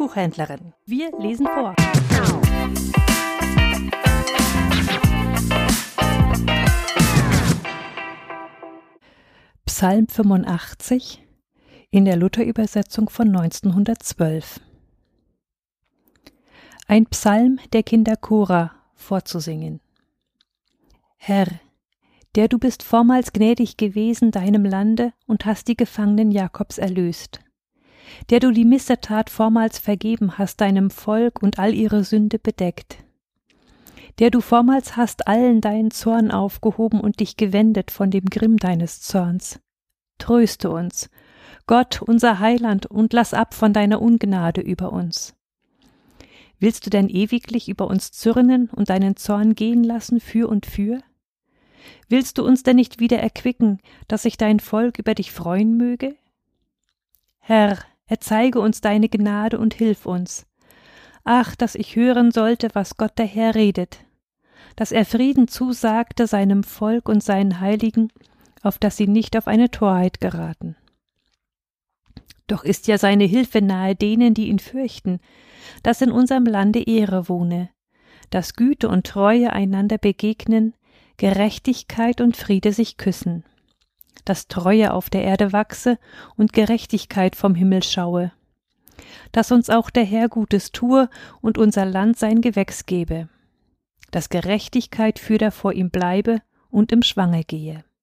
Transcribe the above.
Buchhändlerin. Wir lesen vor. Psalm 85 in der Luther-Übersetzung von 1912. Ein Psalm der Kinder Korah vorzusingen. Herr, der du bist vormals gnädig gewesen deinem Lande und hast die Gefangenen Jakobs erlöst, der du die Missetat vormals vergeben hast deinem Volk und all ihre Sünde bedeckt, der du vormals hast allen deinen Zorn aufgehoben und dich gewendet von dem Grimm deines Zorns. Tröste uns, Gott, unser Heiland, und lass ab von deiner Ungnade über uns. Willst du denn ewiglich über uns zürnen und deinen Zorn gehen lassen für und für? Willst du uns denn nicht wieder erquicken, dass sich dein Volk über dich freuen möge? Herr, erzeige uns deine Gnade und hilf uns. Ach, dass ich hören sollte, was Gott der Herr redet, dass er Frieden zusagte seinem Volk und seinen Heiligen, auf dass sie nicht auf eine Torheit geraten. Doch ist ja seine Hilfe nahe denen, die ihn fürchten, dass in unserem Lande Ehre wohne, dass Güte und Treue einander begegnen, Gerechtigkeit und Friede sich küssen, dass Treue auf der Erde wachse und Gerechtigkeit vom Himmel schaue, dass uns auch der Herr Gutes tue und unser Land sein Gewächs gebe, dass Gerechtigkeit fürder vor ihm bleibe und im Schwange gehe.